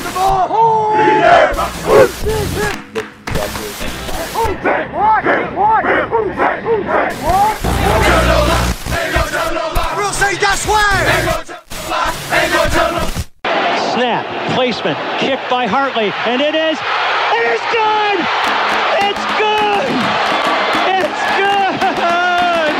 Snap, placement, kicked by Hartley, and it is good! It's good! It's good!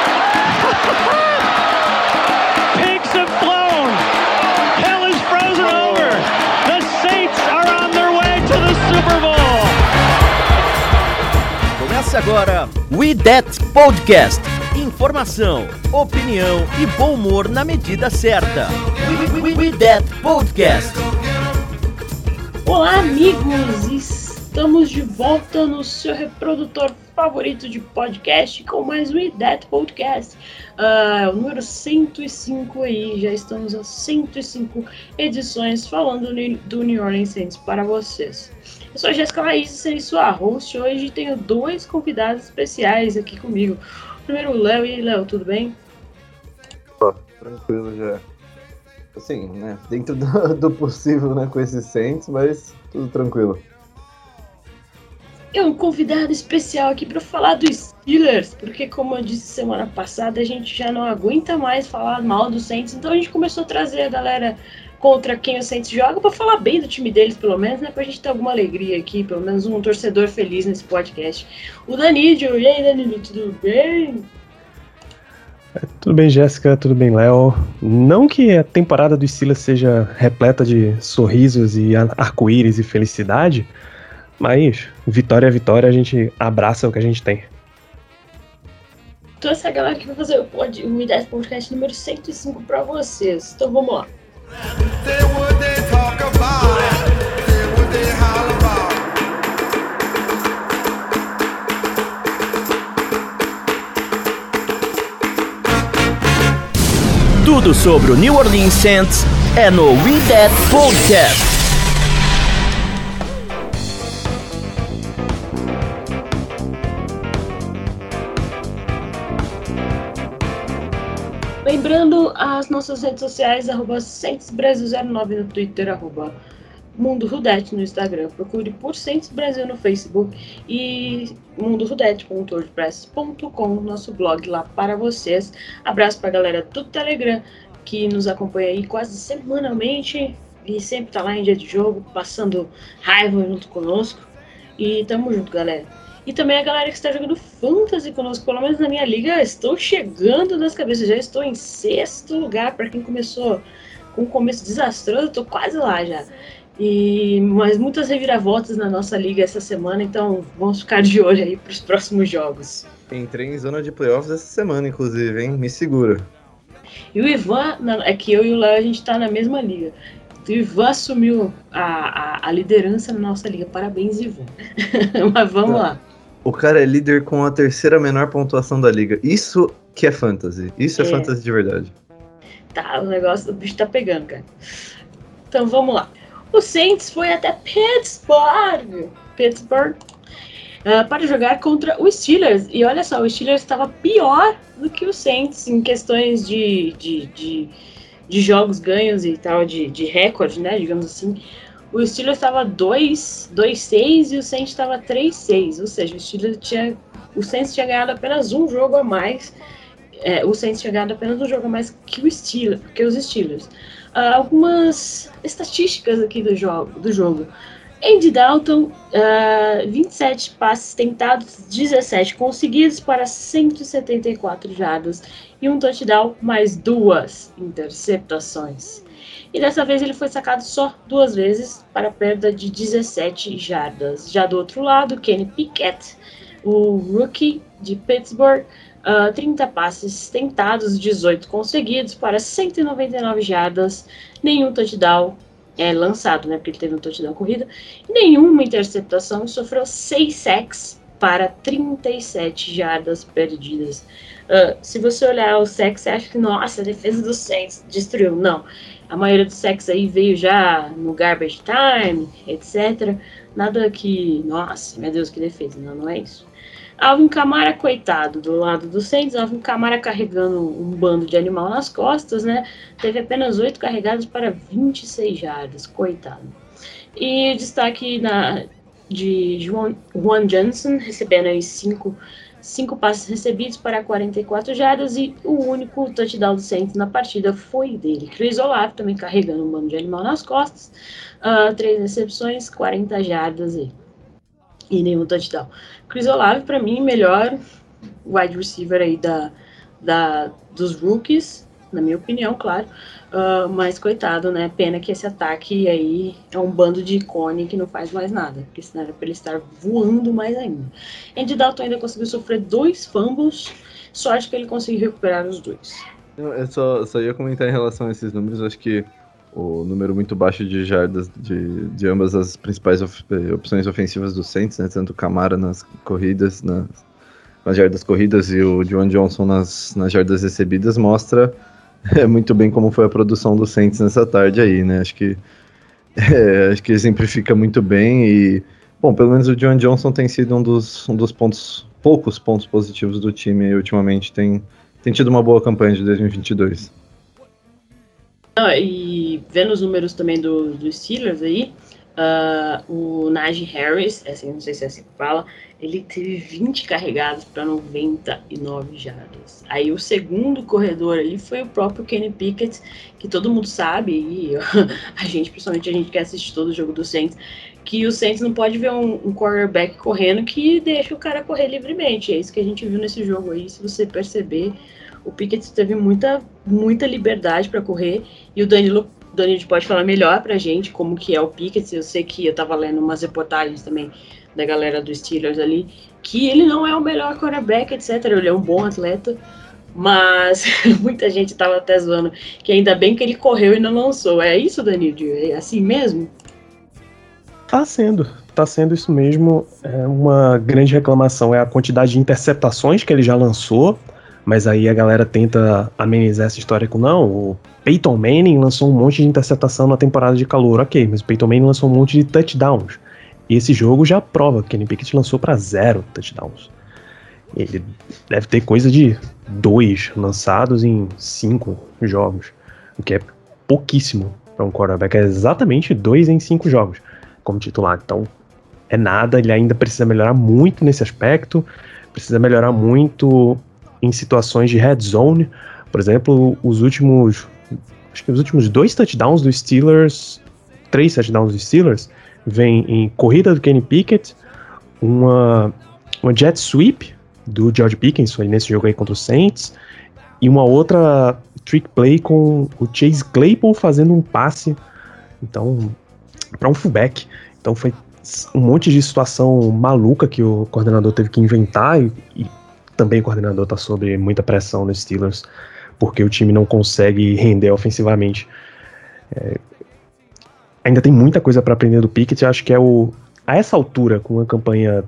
Pigs have flown! Hell is frozen over! The Saints are on their way to the Super Bowl! Começa agora We That Podcast. Informação, opinião e bom humor na medida certa. We That Podcast. Olá, amigos! Estamos de volta no seu reprodutor favorito de podcast com mais We That Podcast. O número 105 aí, já estamos a 105 edições falando do New Orleans Saints para vocês. Eu sou a Jéssica Laís, serei sua host. Hoje tenho dois convidados especiais aqui comigo. Primeiro o Léo. E aí, Léo, tudo bem? Tranquilo já. Assim, né? Dentro do possível, né? Com esses Saints, mas tudo tranquilo. E um convidado especial aqui para falar dos Steelers, porque como eu disse semana passada, a gente já não aguenta mais falar mal dos Saints, então a gente começou a trazer a galera contra quem o Saints joga para falar bem do time deles, pelo menos, né? Pra gente ter alguma alegria aqui, pelo menos um torcedor feliz nesse podcast. O Danídio, e aí, Danídio, tudo bem? Tudo bem, Jéssica, tudo bem, Léo. Não que a temporada do Steelers seja repleta de sorrisos e arco-íris e felicidade, mas vitória é vitória, a gente abraça o que a gente tem. Então essa galera que vai fazer o We That Podcast número 105 pra vocês. Então vamos lá. Tudo sobre o New Orleans Saints é no We That Podcast. Lembrando as nossas redes sociais, @SaintsBrasil09 no Twitter, @MundoRudete no Instagram. Procure por Saints Brasil no Facebook e mundorudete.wordpress.com, nosso blog lá para vocês. Abraço para a galera do Telegram que nos acompanha aí quase semanalmente e sempre tá lá em dia de jogo, passando raiva junto conosco. E tamo junto, galera. E também a galera que está jogando Fantasy conosco, pelo menos na minha liga, estou chegando das cabeças, já estou em 6º lugar, para quem começou com um começo desastroso, estou quase lá já. Mas muitas reviravoltas na nossa liga essa semana, então vamos ficar de olho aí para os próximos jogos. Entrei em zona de playoffs essa semana, inclusive, hein? Me segura. E o Ivan, é que eu e o Léo, a gente está na mesma liga. O Ivan assumiu a liderança na nossa liga, parabéns, Ivan. Mas vamos lá. O cara é líder com a 3ª menor pontuação da liga. Isso que é fantasy. Isso é fantasy de verdade. Tá, o bicho tá pegando, cara. Então vamos lá. O Saints foi até Pittsburgh para jogar contra o Steelers. E olha só, o Steelers estava pior do que o Saints em questões de jogos ganhos e tal, de recorde, né, digamos assim. O Steelers estava 2-6 e o Saints estava 3-6, ou seja, o Saints tinha ganhado apenas um jogo a mais. O Saints tinha ganhado apenas um jogo a mais que os Steelers. Algumas estatísticas aqui do jogo. Andy Dalton, 27 passes tentados, 17 conseguidos para 174 jardas e um touchdown, mais 2 interceptações. E dessa vez ele foi sacado só 2 vezes para perda de 17 jardas. Já do outro lado, Kenny Pickett, o rookie de Pittsburgh, 30 passes tentados, 18 conseguidos para 199 jardas, nenhum touchdown lançado, né, porque ele teve um touchdown corrida, nenhuma interceptação e sofreu 6 sacks para 37 jardas perdidas. Se você olhar o sacks, você acha que, nossa, a defesa do Saints destruiu. Não. A maioria dos sacks aí veio já no garbage time, etc. Nada que, nossa, meu Deus, que defesa. Não é isso. Alvin Kamara, coitado, do lado do Saints. Alvin Kamara carregando um bando de animal nas costas, né? Teve apenas 8 carregados para 26 jardas, coitado. E destaque de Juan Johnson, recebendo aí 5 passes recebidos para 44 jardas, e o único touchdown do Saints na partida foi dele. Chris Olave também carregando um bando de animal nas costas, 3 recepções, 40 jardas aí, e nenhum touchdown. Chris Olave, para mim, melhor wide receiver aí dos rookies, na minha opinião, claro. Mas coitado, né? Pena que esse ataque aí é um bando de icone que não faz mais nada, porque senão era para ele estar voando mais ainda. Andy Dalton ainda conseguiu sofrer 2 fumbles, sorte que ele conseguiu recuperar os 2. Eu só ia comentar em relação a esses números. Acho que o número muito baixo de jardas de ambas as principais opções ofensivas do Saints, né? Tanto o Kamara nas corridas, nas jardas corridas, e o Juwan Johnson nas jardas recebidas, mostra muito bem como foi a produção do Saints nessa tarde aí, né? Acho que exemplifica muito bem. E, bom, pelo menos o Juwan Johnson tem sido um dos poucos pontos positivos do time e ultimamente tem tido uma boa campanha de 2022. E vendo os números também do Steelers aí, o Najee Harris, assim, não sei se é assim que fala, ele teve 20 carregados para 99 jardas. Aí o segundo corredor ali foi o próprio Kenny Pickett, que todo mundo sabe, e principalmente a gente que assiste todo o jogo do Saints, que o Saints não pode ver um quarterback correndo que deixa o cara correr livremente. É isso que a gente viu nesse jogo aí, se você perceber. O Pickett teve muita liberdade para correr, e o Danilo pode falar melhor pra gente como que é o Pickett. Eu sei que eu tava lendo umas reportagens também da galera dos Steelers ali, que ele não é o melhor quarterback, etc. Ele é um bom atleta, mas muita gente tava até zoando que ainda bem que ele correu e não lançou. É isso, Danilo? É assim mesmo? Tá sendo isso mesmo. Uma grande reclamação é a quantidade de interceptações que ele já lançou. Mas aí a galera tenta amenizar essa história com, não, o Peyton Manning lançou um monte de interceptação na temporada de calor. Ok, mas o Peyton Manning lançou um monte de touchdowns. E esse jogo já prova que o Kenny Pickett lançou para 0 touchdowns. Ele deve ter coisa de 2 lançados em 5 jogos, o que é pouquíssimo para um quarterback. É exatamente 2 em 5 jogos como titular. Então é nada, ele ainda precisa melhorar muito nesse aspecto, precisa melhorar muito em situações de red zone. Por exemplo, os últimos 2 touchdowns dos Steelers, 3 touchdowns dos Steelers, vem em corrida do Kenny Pickett, uma jet sweep do George Pickens, foi nesse jogo aí contra o Saints, e uma outra trick play com o Chase Claypool fazendo um passe, então, para um fullback. Então foi um monte de situação maluca que o coordenador teve que inventar, e também o coordenador está sob muita pressão nos Steelers, porque o time não consegue render ofensivamente. Ainda tem muita coisa para aprender do Pickett. Eu acho que a essa altura, com uma campanha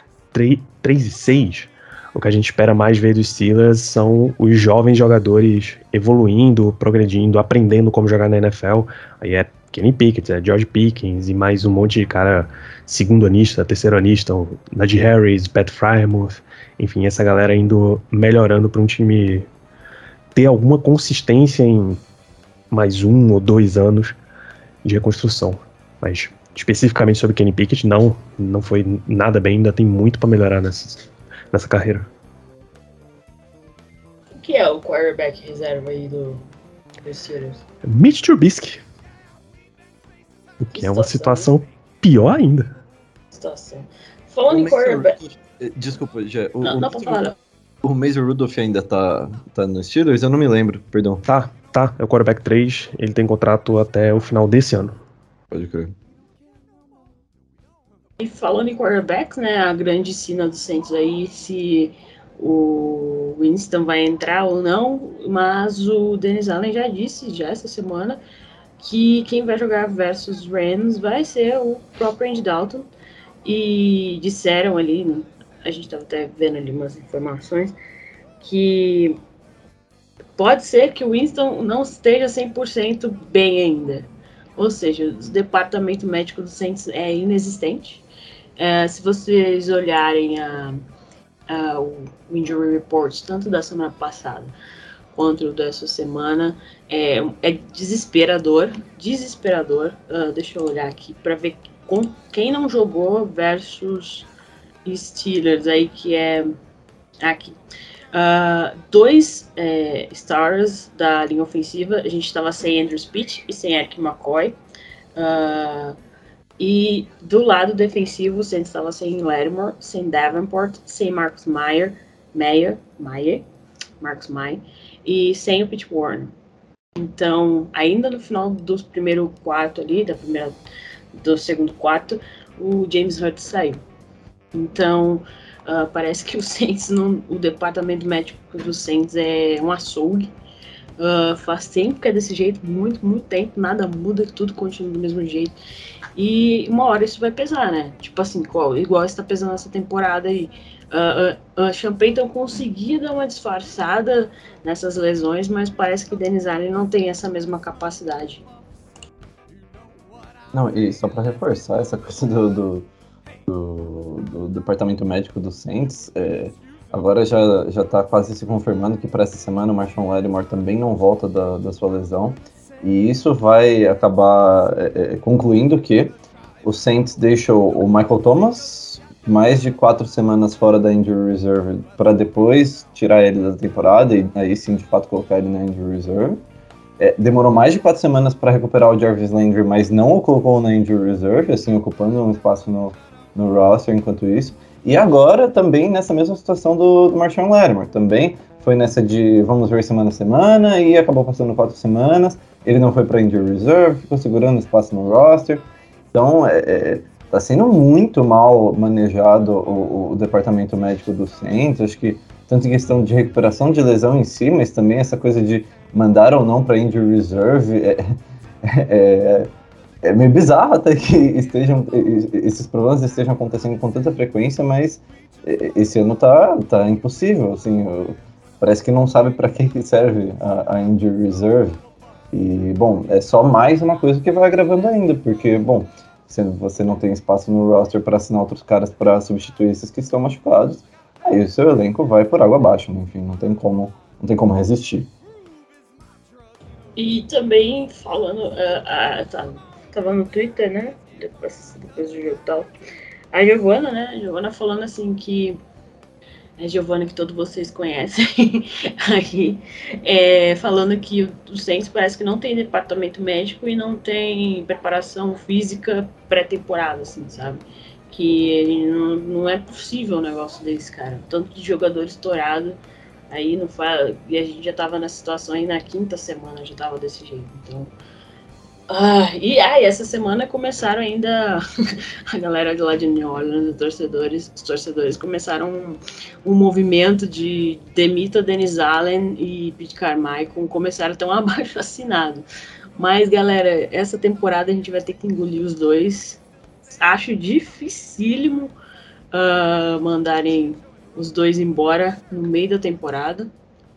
3-6, o que a gente espera mais ver dos Steelers são os jovens jogadores evoluindo, progredindo, aprendendo como jogar na NFL. Aí é Kenny Pickett, é George Pickens e mais um monte de cara segundo-anista, terceiro-anista, Najee Harris, Pat Freiermuth, enfim, essa galera indo melhorando para um time ter alguma consistência em mais 1 ou 2 anos de reconstrução. Mas especificamente sobre Kenny Pickett, não foi nada bem, ainda tem muito para melhorar nessa carreira. O que é o quarterback reserva aí do Steelers? Mitch Trubisky. O que é uma situação pior ainda. Falando em quarterback... Desculpa, já. Não, pode falar. O Mason Rudolph ainda tá no Steelers? Eu não me lembro, perdão. Tá. É o quarterback 3, ele tem contrato até o final desse ano. Pode crer. E falando em quarterbacks, né, a grande sina do Saints aí, se o Winston vai entrar ou não, mas o Dennis Allen já disse essa semana que quem vai jogar versus Rams vai ser o próprio Andy Dalton, e disseram ali, né, a gente estava até vendo ali umas informações, que pode ser que o Winston não esteja 100% bem ainda. Ou seja, o departamento médico do Saints é inexistente. Se vocês olharem o Injury Reports, tanto da semana passada contra o dessa semana. É desesperador. Deixa eu olhar aqui para ver quem não jogou versus Steelers aí, que é aqui. 2 stars da linha ofensiva. A gente estava sem Andrew Speed e sem Eric McCoy. E do lado defensivo, você estava sem Lattimore, sem Davenport, sem Marcus Mayer e sem o Pete Werner. Então, ainda no final do primeiro quarto ali, do segundo quarto, o James Hurts saiu. Então, parece que o departamento médico dos Saints é um açougue. Faz tempo que é desse jeito, muito, muito tempo, nada muda, tudo continua do mesmo jeito. E uma hora isso vai pesar, né? Tipo assim, igual está pesando essa temporada aí. A Sean Payton conseguia dar uma disfarçada nessas lesões, mas parece que o Dennis Allen não tem essa mesma capacidade. Não, e só para reforçar essa coisa do departamento médico do Saints, agora já está quase se confirmando que para essa semana o Marshon Lattimore também não volta da sua lesão. E isso vai acabar concluindo que o Saints deixou o Michael Thomas mais de 4 semanas fora da Injury Reserve para depois tirar ele da temporada e aí sim de fato colocar ele na Injury Reserve. Demorou mais de 4 semanas para recuperar o Jarvis Landry, mas não o colocou na Injury Reserve, assim, ocupando um espaço no roster enquanto isso. E agora também nessa mesma situação do Marshon Lattimore, também foi nessa de vamos ver semana a semana e acabou passando 4 semanas. Ele não foi para Injury Reserve, ficou segurando espaço no roster. Então, tá sendo muito mal manejado o departamento médico do Saints. Acho que tanto em questão de recuperação de lesão em si, mas também essa coisa de mandar ou não para Injury Reserve é meio bizarro até que esses problemas estejam acontecendo com tanta frequência, mas esse ano tá impossível. Assim, parece que não sabe para que serve a Injury Reserve. E, bom, é só mais uma coisa que vai agravando ainda, porque, bom, se você não tem espaço no roster para assinar outros caras para substituir esses que estão machucados, aí o seu elenco vai por água abaixo, né? Enfim, não tem como resistir. E também falando, tava no Twitter, né, depois do jogo e tal, a Giovana, né, falando assim que a Giovana que todos vocês conhecem aqui, falando que o Saints parece que não tem departamento médico e não tem preparação física pré-temporada, assim, sabe? Que não é possível o negócio desse, cara. Tanto de jogador estourado, aí não faz. E a gente já tava na situação aí na 5ª semana, já tava desse jeito, então. E essa semana começaram ainda a galera de lá de New Orleans, os torcedores começaram um movimento de demita Dennis Allen e Pete Carmichael, começaram a ter um abaixo assinado. Mas galera, essa temporada a gente vai ter que engolir os dois. Acho dificílimo mandarem os dois embora no meio da temporada.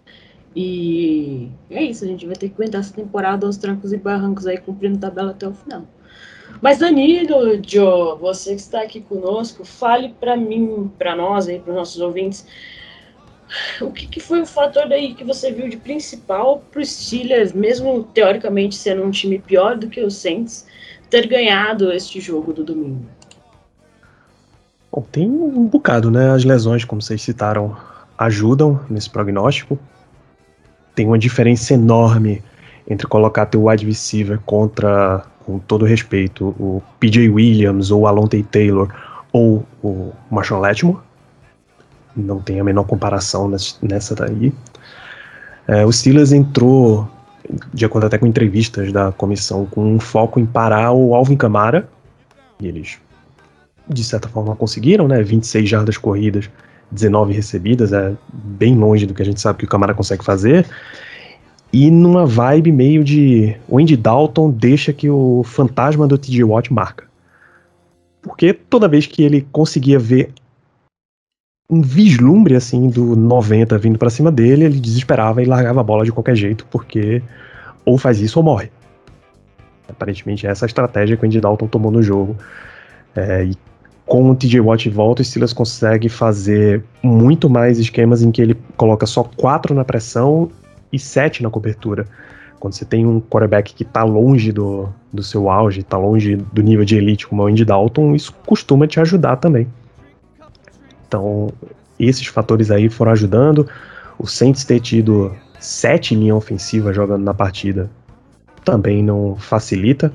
E é isso, a gente vai ter que aguentar essa temporada aos trancos e barrancos aí, cumprindo tabela até o final. Mas Danilo, Joe, você que está aqui conosco, fale para mim, para nós aí, para os nossos ouvintes, o que foi o fator daí que você viu de principal para os Steelers, mesmo teoricamente sendo um time pior do que os Saints, ter ganhado este jogo do domingo? Bom, tem um bocado, né? As lesões, como vocês citaram, ajudam nesse prognóstico. Tem uma diferença enorme entre colocar teu wide receiver contra, com todo respeito, o P.J. Williams ou o Alontae Taylor ou o Marshon Lattimore. Não tem a menor comparação nessa daí. O Steelers entrou, de acordo até com entrevistas da comissão, com um foco em parar o Alvin Kamara. E eles, de certa forma, conseguiram, né? 26 jardas corridas, 19 recebidas, bem longe do que a gente sabe que o Kamara consegue fazer, e numa vibe meio de o Andy Dalton deixa que o fantasma do TJ Watt marca. Porque toda vez que ele conseguia ver um vislumbre assim do 90 vindo pra cima dele, ele desesperava e largava a bola de qualquer jeito, porque ou faz isso ou morre. Aparentemente essa é a estratégia que o Andy Dalton tomou no jogo. E com o TJ Watt de volta, o Steelers consegue fazer muito mais esquemas em que ele coloca só 4 na pressão 7 na cobertura. Quando você tem um quarterback que está longe do seu auge, está longe do nível de elite como é o Andy Dalton, isso costuma te ajudar também. Então, esses fatores aí foram ajudando. O Saints ter tido 7 linha ofensiva jogando na partida também não facilita.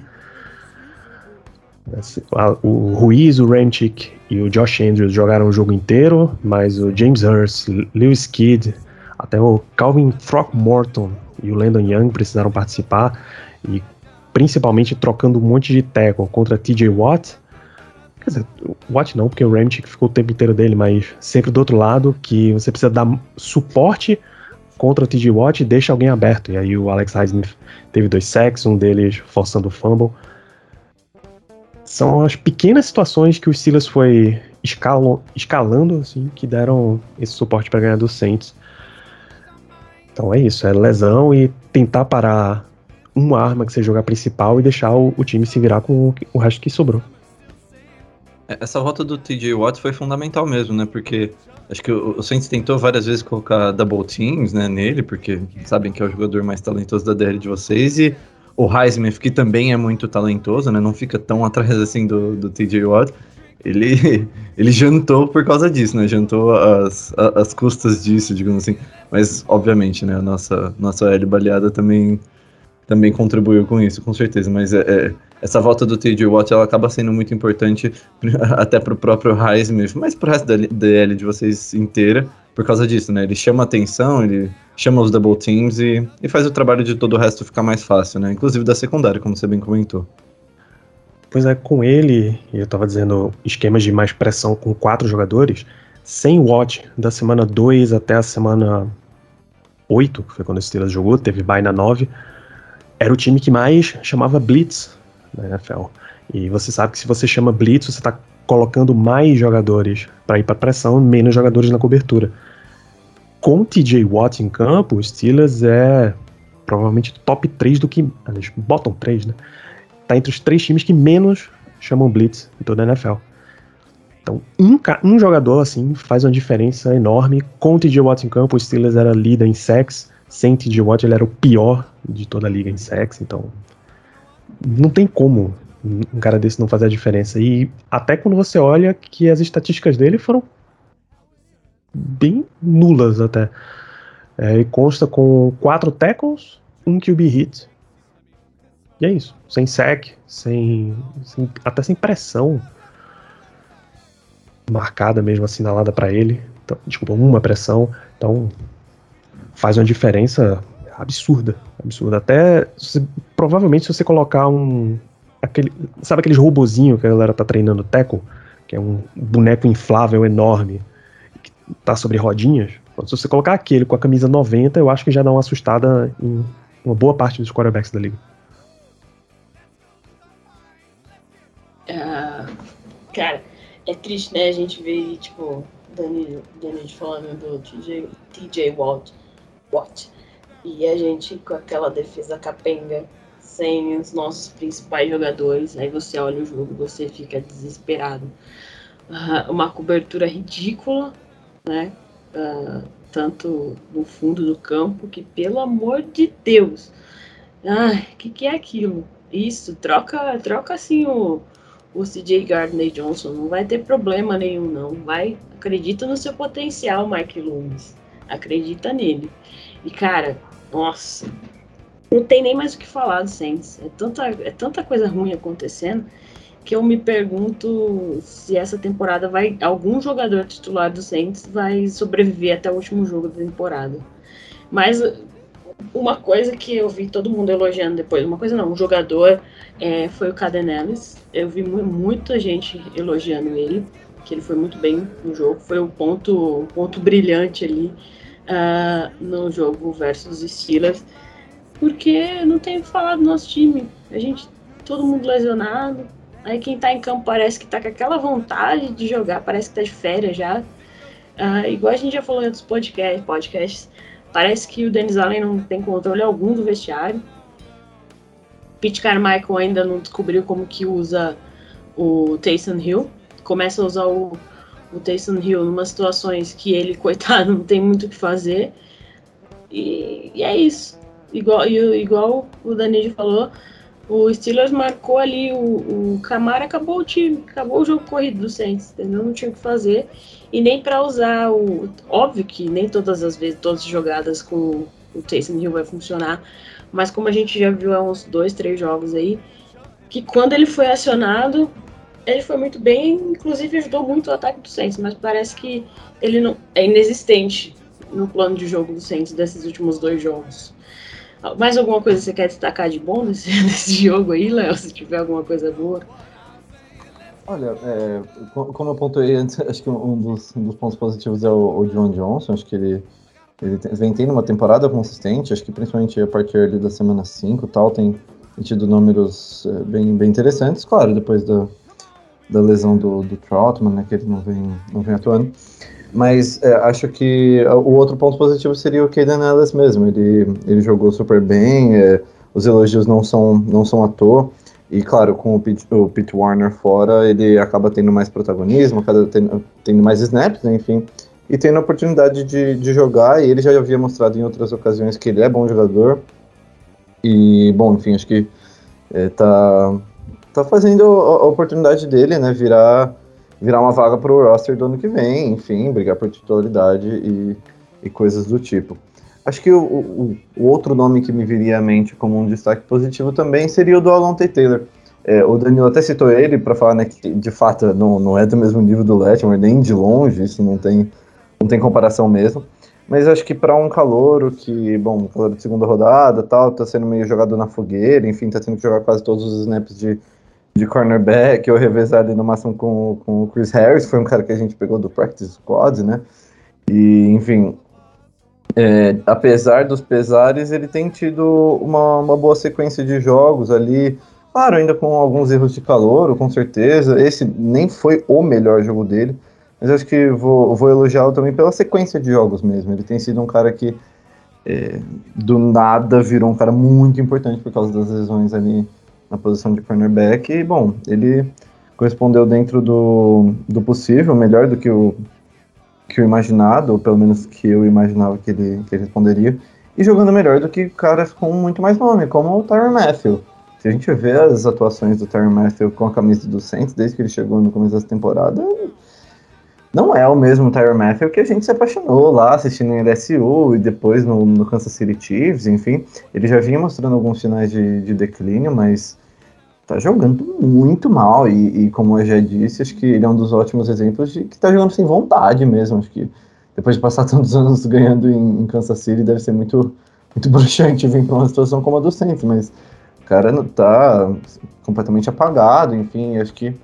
O Ruiz, o Ramczyk e o Josh Andrews jogaram o jogo inteiro, mas o James Hurst, Lewis Kidd, até o Calvin Throckmorton e o Landon Young precisaram participar, e principalmente trocando um monte de tackle contra TJ Watt. Quer dizer, Watt não, porque o Ramczyk ficou o tempo inteiro dele, mas sempre do outro lado, que você precisa dar suporte contra o TJ Watt e deixa alguém aberto. E aí o Alex Highsmith teve 2 sacks, um deles forçando o fumble. São as pequenas situações que o Steelers foi escalando, assim, que deram esse suporte para ganhar do Saints. Então é isso, é lesão e tentar parar uma arma que você jogar principal e deixar o time se virar com o resto que sobrou. Essa volta do TJ Watt foi fundamental mesmo, né? Porque acho que o Saints tentou várias vezes colocar double teams, né, nele, porque sabem que é o jogador mais talentoso da DL de vocês, e o Highsmith, que também é muito talentoso, né? Não fica tão atrás assim do TJ Watt. Ele jantou por causa disso, né? Jantou as custas disso, digamos assim. Mas, obviamente, né? A nossa L baleada também contribuiu com isso, com certeza. Mas essa volta do TJ Watt, ela acaba sendo muito importante até pro próprio Highsmith, mas pro resto da DL de vocês inteira, por causa disso, né? Ele chama atenção, ele chama os double teams e faz o trabalho de todo o resto ficar mais fácil, né? Inclusive da secundária, como você bem comentou. Pois é, com ele, eu tava dizendo, esquemas de mais pressão com 4 jogadores, sem Watt, da semana 2 até a semana 8, que foi quando o Steelers jogou, teve bye na 9, era o time que mais chamava blitz na NFL. E você sabe que se você chama blitz, você tá colocando mais jogadores para ir para pressão e menos jogadores na cobertura. Com o TJ Watt em campo, o Steelers é provavelmente top 3 do que... bottom 3, né? Tá entre os 3 times que menos chamam blitz em toda a NFL. Então, um jogador assim faz uma diferença enorme. Com o TJ Watt em campo, o Steelers era líder em sacks. Sem TJ Watt, ele era o pior de toda a liga em sacks. Então, não tem como um cara desse não fazer a diferença. E até quando você olha que as estatísticas dele foram bem nulas até. Ele consta com 4 tackles, 1 QB hit. E é isso, sem sack, até sem pressão marcada mesmo, assinalada para ele. Então, desculpa, uma pressão. Então faz uma diferença absurda. Até, provavelmente, se você colocar sabe aqueles robozinhos que a galera tá treinando tackle? Que é um boneco inflável enorme, que tá sobre rodinhas. Então, se você colocar aquele com a camisa 90, eu acho que já dá uma assustada em uma boa parte dos quarterbacks da liga. Cara, é triste, né? A gente vê, tipo, Dani falando do TJ Watt. E a gente com aquela defesa capenga, sem os nossos principais jogadores. Aí você olha o jogo, você fica desesperado. Uma cobertura ridícula, né? Tanto no fundo do campo, que pelo amor de Deus. Que é aquilo? Isso, troca assim o CJ Gardner-Johnson, não vai ter problema nenhum, não. Acredita no seu potencial, Mike Loomis. Acredita nele. E, cara, nossa, não tem nem mais o que falar do Saints. É tanta coisa ruim acontecendo que eu me pergunto se essa temporada algum jogador titular do Saints vai sobreviver até o último jogo da temporada. Mas uma coisa que eu vi todo mundo elogiando depois, um jogador, foi o Kaden Elliss. Eu vi muita gente elogiando ele, que ele foi muito bem no jogo, foi o ponto brilhante ali no jogo versus os Steelers, porque não tem o que falar do nosso time, todo mundo lesionado, aí quem tá em campo parece que tá com aquela vontade de jogar, parece que tá de férias já, igual a gente já falou em outros podcasts. Parece que o Dennis Allen não tem controle algum do vestiário. Pete Carmichael ainda não descobriu como que usa o Taysom Hill. Começa a usar o Taysom Hill em umas situações que ele, coitado, não tem muito o que fazer. e é isso. Igual o Danilo falou, o Steelers marcou ali o Camara, acabou o time, acabou o jogo corrido do Saints, entendeu? Não tinha o que fazer. E nem para usar o... Óbvio que nem todas as vezes, todas as jogadas com o Taysom Hill vai funcionar, mas como a gente já viu há uns 2, 3 jogos aí, que quando ele foi acionado, ele foi muito bem, inclusive ajudou muito o ataque do Saints, mas parece que ele não é inexistente no plano de jogo do Saints desses últimos 2 jogos. Mais alguma coisa que você quer destacar de bom desse jogo aí, Léo? Se tiver alguma coisa boa. Olha, como eu pontuei antes, acho que um dos pontos positivos é o John Johnson. Acho que ele vem tendo uma temporada consistente, acho que principalmente a partir ali da semana 5 e tal, tem tido números bem interessantes, claro, depois da lesão do Troutman, né, que ele não vem atuando. Mas acho que o outro ponto positivo seria o Kaden Ellis mesmo. Ele jogou super bem, os elogios não são à toa. E claro, com o Pete Warner fora, ele acaba tendo mais protagonismo, acaba tendo mais snaps, né, enfim, e tendo a oportunidade de jogar. E ele já havia mostrado em outras ocasiões que ele é bom jogador. E, bom, enfim, acho que tá fazendo a oportunidade dele, né, virar uma vaga para o roster do ano que vem, enfim, brigar por titularidade e coisas do tipo. Acho que o outro nome que me viria à mente como um destaque positivo também seria o do Alontae Taylor. O Danilo até citou ele para falar, né, que de fato não é do mesmo nível do Latimer, nem de longe, isso não tem comparação mesmo. Mas acho que para um calouro calouro de segunda rodada, tal, tá sendo meio jogado na fogueira, enfim, tá tendo que jogar quase todos os snaps de cornerback, ou revezar ali no máximo com o Chris Harris, foi um cara que a gente pegou do Practice Squad, né? E, enfim, apesar dos pesares, ele tem tido uma boa sequência de jogos ali, claro, ainda com alguns erros de calouro, com certeza. Esse nem foi o melhor jogo dele, mas acho que vou elogiá-lo também pela sequência de jogos mesmo. Ele tem sido um cara que do nada virou um cara muito importante por causa das lesões ali na posição de cornerback. E, bom, ele correspondeu dentro do possível, melhor do que o imaginado, ou pelo menos que eu imaginava que ele responderia, e jogando melhor do que caras com muito mais nome, como o Tyrann Mathieu. Se a gente vê as atuações do Tyrann Mathieu com a camisa do Saints desde que ele chegou no começo dessa temporada, não é o mesmo Tyrann Mathieu que a gente se apaixonou lá assistindo em LSU e depois no Kansas City Chiefs, enfim. Ele já vinha mostrando alguns sinais de declínio, mas tá jogando muito mal e como eu já disse, acho que ele é um dos ótimos exemplos de que tá jogando sem vontade mesmo. Acho que depois de passar tantos anos ganhando em Kansas City, deve ser muito, muito bruxante vir para uma situação como a do Saints, mas o cara não tá completamente apagado, enfim, acho que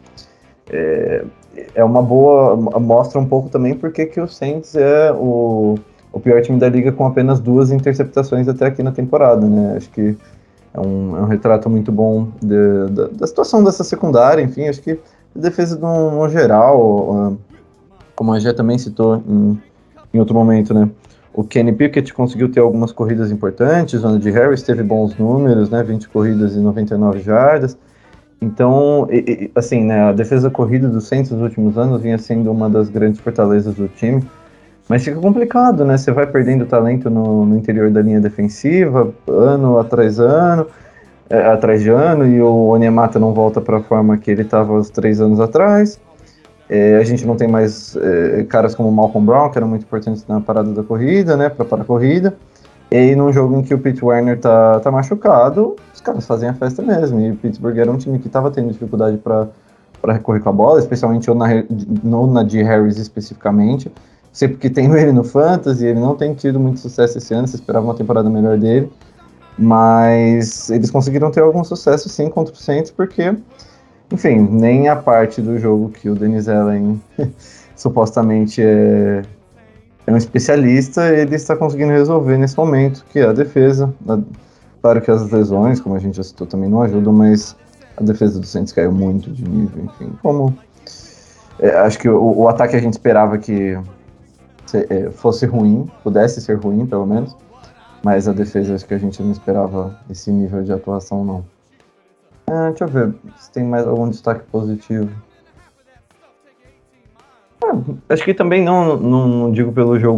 é uma boa, mostra um pouco também porque que o Saints é o pior time da liga com apenas 2 interceptações até aqui na temporada, né? Acho que é um retrato muito bom da situação dessa secundária, enfim, acho que a defesa no geral, como a Gé também citou em outro momento, né? O Kenny Pickett conseguiu ter algumas corridas importantes, o Najee Harris teve bons números, né? 20 corridas e 99 jardas. Então, assim, né, a defesa corrida do Saints nos últimos anos vinha sendo uma das grandes fortalezas do time, mas fica complicado, né? Você vai perdendo talento no interior da linha defensiva, ano atrás de ano, e o Onyemata não volta para a forma que ele estava há 3 anos atrás. A gente não tem mais caras como o Malcolm Brown, que eram muito importantes na parada da corrida, né? Para parar a corrida. E aí, num jogo em que o Pete Werner tá machucado, os caras fazem a festa mesmo. E o Pittsburgh era um time que estava tendo dificuldade para recorrer com a bola, especialmente no Najee Harris especificamente. Sempre que tem ele no Fantasy, ele não tem tido muito sucesso esse ano, você esperava uma temporada melhor dele. Mas eles conseguiram ter algum sucesso sim contra o Saints, porque, enfim, nem a parte do jogo que o Dennis Allen supostamente é um especialista, ele está conseguindo resolver nesse momento, que é a defesa. Claro que as lesões, como a gente já citou, também não ajudam, mas a defesa do Saints caiu muito de nível, enfim. Acho que o ataque a gente esperava que fosse ruim, pudesse ser ruim, pelo menos, mas a defesa acho que a gente não esperava esse nível de atuação, não. Deixa eu ver se tem mais algum destaque positivo. Acho que também não digo pelo jogo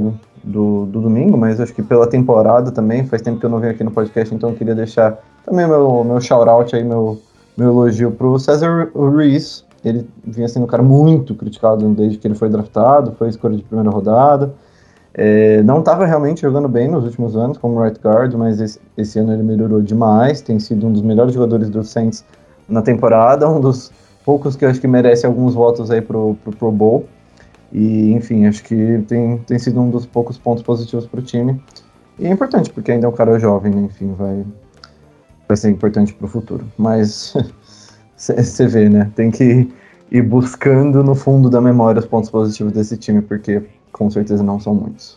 do domingo, mas acho que pela temporada também, faz tempo que eu não venho aqui no podcast, então eu queria deixar também meu shout-out aí, meu elogio pro César Ruiz. Ele vinha sendo um cara muito criticado desde que ele foi draftado, foi escolha de primeira rodada. Não estava realmente jogando bem nos últimos anos como right guard, mas esse ano ele melhorou demais, tem sido um dos melhores jogadores do Saints na temporada, um dos poucos que eu acho que merece alguns votos aí pro Pro Bowl. E, enfim, acho que tem sido um dos poucos pontos positivos pro time. E é importante, porque ainda é um cara jovem, né? Enfim, vai ser importante pro futuro. Mas você vê, né? Tem que ir buscando no fundo da memória os pontos positivos desse time, porque com certeza não são muitos.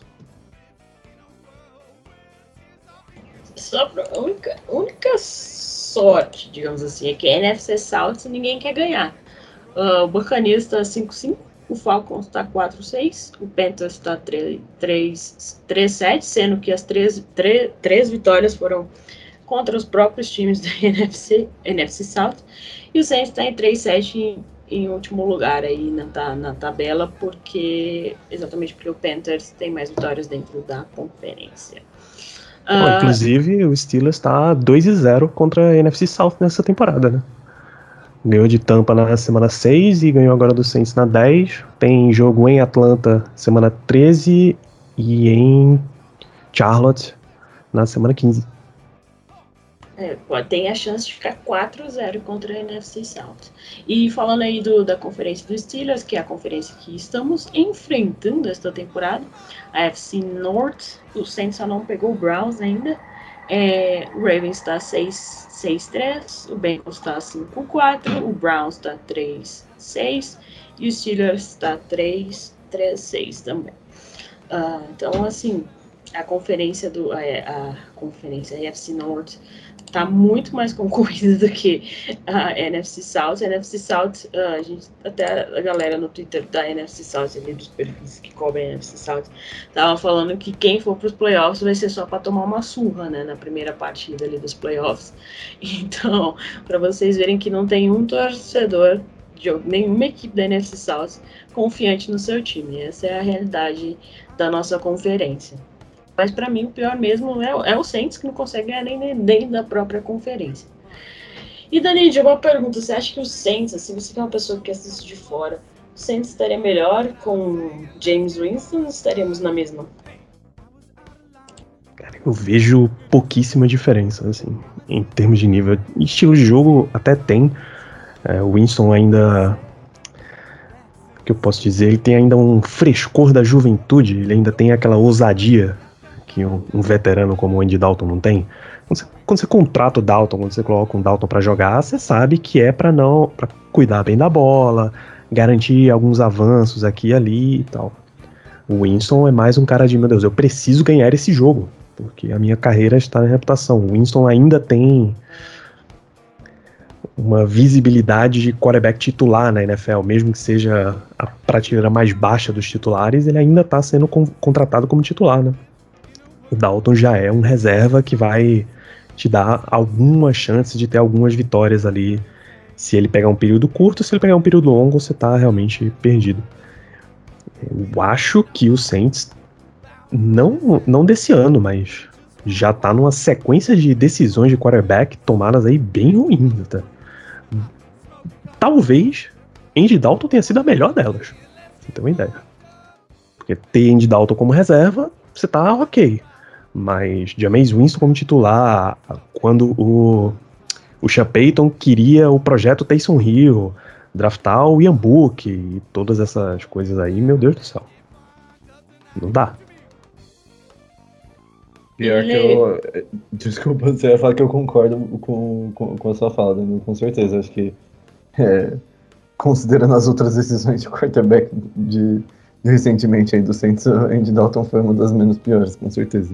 Só a única sorte, digamos assim, é que a NFC South ninguém quer ganhar. O Buccaneers está 5-5, o Falcons está 4-6, o Panthers está 3-7, sendo que as três vitórias foram contra os próprios times da NFC South, e o Saints está em 3-7 em último lugar aí na tabela, exatamente porque o Panthers tem mais vitórias dentro da conferência. Inclusive, o Steelers está 2-0 contra a NFC South nessa temporada, né? Ganhou de Tampa na semana 6 e ganhou agora do Saints na 10. Tem jogo em Atlanta semana 13 e em Charlotte na semana 15. Tem a chance de ficar 4-0 contra a NFC South. E falando aí da conferência dos Steelers, que é a conferência que estamos enfrentando esta temporada, a AFC North, o Saints só não pegou o Browns ainda. O Ravens está 6-3, o Bengals está 5-4, o Browns está 3-6 e o Steelers está 3-6 também. Então, assim, a conferência AFC North está muito mais concorrida do que a NFC South. A NFC South, até a galera no Twitter da NFC South, ali dos perfis que cobrem a NFC South, tava falando que quem for para os playoffs vai ser só para tomar uma surra, né, na primeira partida ali dos playoffs. Então, para vocês verem que não tem um torcedor de nenhuma equipe da NFC South confiante no seu time. Essa é a realidade da nossa conferência. Mas para mim o pior mesmo é o Saints, que não consegue ganhar nem da própria conferência. E Dani, uma pergunta, você acha que o Saints, assim, você que é uma pessoa que assiste de fora, o Saints estaria melhor com James Winston ou estaríamos na mesma? Cara, eu vejo pouquíssima diferença, assim, em termos de nível. Estilo de jogo até tem. O Winston ainda, o que eu posso dizer, ele tem ainda um frescor da juventude, ele ainda tem aquela ousadia que um veterano como o Andy Dalton não tem. Quando você contrata o Dalton, quando você coloca um Dalton pra jogar, você sabe que é pra cuidar bem da bola, garantir alguns avanços aqui e ali e tal. O Winston é mais um cara de, meu Deus, eu preciso ganhar esse jogo, porque a minha carreira está na reputação. O Winston ainda tem uma visibilidade de quarterback titular na NFL, mesmo que seja a prateleira mais baixa dos titulares, ele ainda está sendo contratado como titular, né? O Dalton já é um reserva que vai te dar alguma chance de ter algumas vitórias ali. Se ele pegar um período curto, se ele pegar um período longo, você tá realmente perdido. Eu acho que o Saints, não desse ano, mas já tá numa sequência de decisões de quarterback tomadas aí bem ruins, tá? Talvez Andy Dalton tenha sido a melhor delas, pra você ter uma ideia. Porque ter Andy Dalton como reserva, você tá ok. Mas Jameis Winston como titular, quando o Sean Payton queria o projeto Taysom Hill, draftar o Ian Book e todas essas coisas aí, meu Deus do céu. Não dá. Pior que eu... Desculpa, você ia falar que eu concordo com a sua fala, né? Com certeza. Acho que, considerando as outras decisões de quarterback de recentemente aí do Saints, Andy Dalton foi uma das menos piores, com certeza.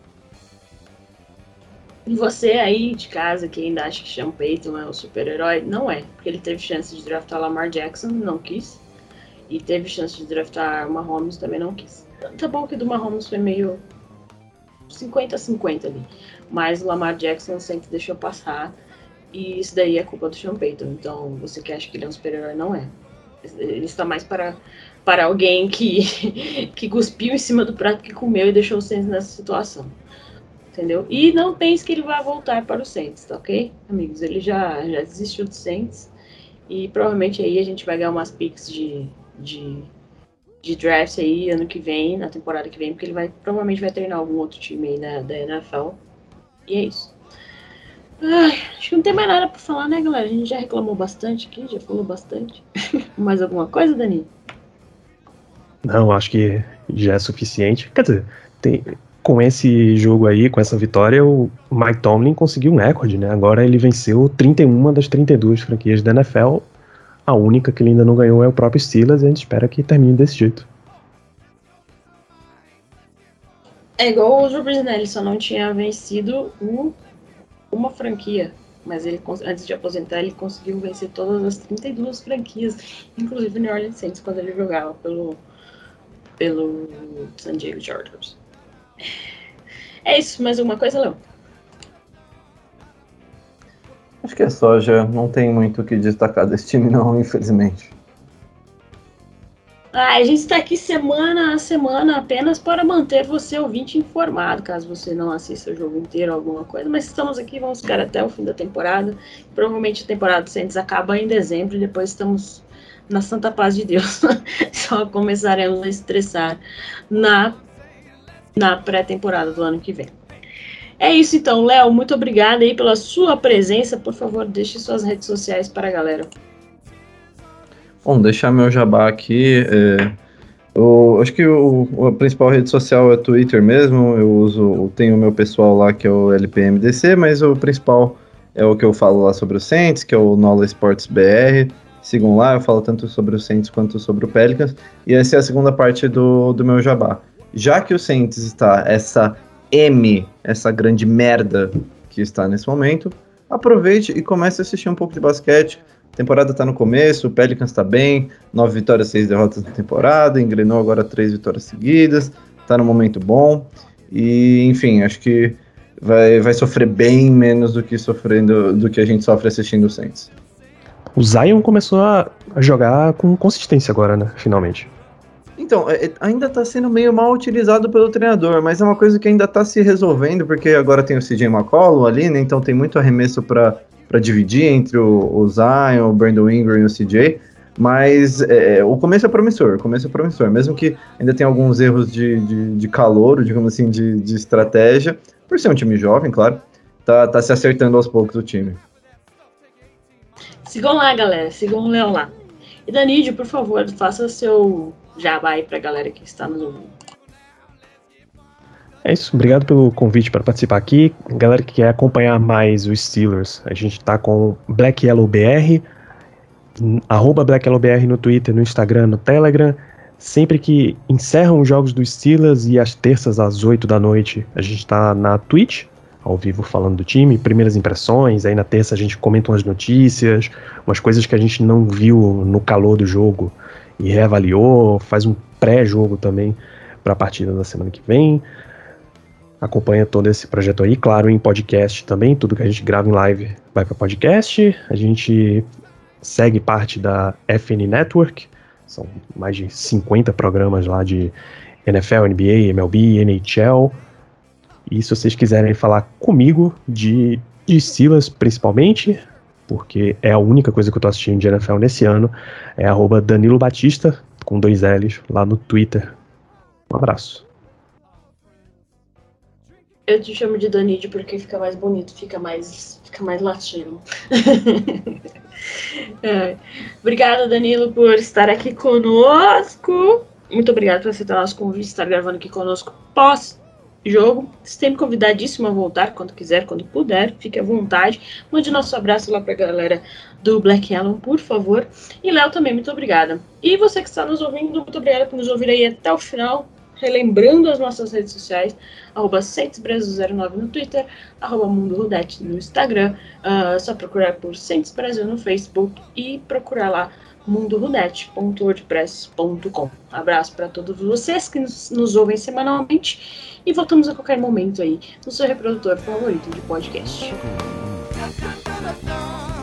E você aí de casa que ainda acha que Sean Payton é o super-herói, não é. Porque ele teve chance de draftar Lamar Jackson, não quis. E teve chance de draftar Mahomes, também não quis. Tá bom que do Mahomes foi meio 50-50 ali. Mas o Lamar Jackson sempre deixou passar. E isso daí é culpa do Sean Payton. Então, você que acha que ele é um super-herói, não é. Ele está mais para alguém que cuspiu em cima do prato que comeu e deixou o Saints nessa situação. Entendeu? E não pense que ele vai voltar para o Saints, tá ok, amigos? Ele já desistiu do Saints e provavelmente aí a gente vai ganhar umas picks de draft aí ano que vem, na temporada que vem, porque ele provavelmente vai treinar algum outro time aí da NFL. E é isso. Acho que não tem mais nada para falar, né, galera? A gente já reclamou bastante aqui, já falou bastante. Mais alguma coisa, Dani? Não, acho que já é suficiente. Quer dizer, com esse jogo aí, com essa vitória, o Mike Tomlin conseguiu um recorde, né? Agora ele venceu 31 das 32 franquias da NFL. A única que ele ainda não ganhou é o próprio Steelers, e a gente espera que termine desse jeito. É igual o Drew Brees, né? Ele só não tinha vencido uma franquia, mas ele, antes de aposentar, ele conseguiu vencer todas as 32 franquias, inclusive o New Orleans Saints, quando ele jogava pelo San Diego Chargers. É isso, mais alguma coisa, Léo? Acho que é só, já não tem muito o que destacar desse time não, infelizmente. A gente está aqui semana a semana apenas para manter você ouvinte informado, caso você não assista o jogo inteiro ou alguma coisa, mas estamos aqui, vamos ficar até o fim da temporada. Provavelmente a temporada do Saints acaba em dezembro e depois estamos na santa paz de Deus. Só começaremos a estressar na pré-temporada do ano que vem. É isso então, Léo, muito obrigada aí pela sua presença. Por favor, deixe suas redes sociais para a galera. Bom, deixar meu jabá aqui. Eu acho que a principal rede social é Twitter mesmo. Eu tenho o meu pessoal lá que é o LPMDC, mas o principal é o que eu falo lá sobre o Saints, que é o Nola Sports BR. Sigam lá, eu falo tanto sobre o Saints quanto sobre o Pelicans. E essa é a segunda parte do meu jabá. Já que o Saints está essa grande merda que está nesse momento, aproveite e comece a assistir um pouco de basquete. A temporada está no começo, o Pelicans está bem, 9 vitórias, 6 derrotas na temporada, engrenou agora 3 vitórias seguidas, está num momento bom, e enfim, acho que vai sofrer bem menos do que a gente sofre assistindo o Saints. O Zion começou a jogar com consistência agora, né, finalmente. Então, ainda está sendo meio mal utilizado pelo treinador, mas é uma coisa que ainda está se resolvendo, porque agora tem o CJ McCollum ali, né, então tem muito arremesso para dividir entre o Zion, o Brandon Ingram e o CJ, mas o começo é promissor, mesmo que ainda tenha alguns erros de calouro, digamos assim, de estratégia, por ser um time jovem, claro, tá se acertando aos poucos o time. Sigam lá, galera, sigam o Léo lá. E Danídio, por favor, faça seu jabá aí pra galera que está nos ouvindo. É isso, obrigado pelo convite para participar aqui. Galera que quer acompanhar mais os Steelers, a gente tá com BlackYellowBR, @BlackYellowBR no Twitter, no Instagram, no Telegram. Sempre que encerram os jogos dos Steelers e às terças às 8 da noite, a gente tá na Twitch, ao vivo falando do time, primeiras impressões, aí na terça a gente comenta umas notícias, umas coisas que a gente não viu no calor do jogo e reavaliou, faz um pré-jogo também para a partida da semana que vem. Acompanha todo esse projeto aí, claro, em podcast também, tudo que a gente grava em live vai para podcast. A gente segue parte da FN Network, são mais de 50 programas lá de NFL, NBA, MLB, NHL. E se vocês quiserem falar comigo de Steelers principalmente, porque é a única coisa que eu tô assistindo de NFL nesse ano, é @Danilo Batista, com 2 L's, lá no Twitter. Um abraço. Eu te chamo de Danídio porque fica mais bonito, fica mais latino. Obrigada, Danilo, por estar aqui conosco. Muito obrigado por aceitar nosso convite, estar gravando aqui conosco pós-jogo. Sempre convidadíssimo a voltar quando quiser, quando puder. Fique à vontade. Mande nosso abraço lá pra galera do Black Yellow, por favor. E Léo também, muito obrigada. E você que está nos ouvindo, muito obrigada por nos ouvir aí até o final. Relembrando as nossas redes sociais, @SaintsBrasil09 no Twitter, @MundoRudete no Instagram, só procurar por Saints Brasil no Facebook e procurar lá mundorudete.wordpress.com. Abraço para todos vocês que nos ouvem semanalmente e voltamos a qualquer momento aí no seu reprodutor favorito de podcast.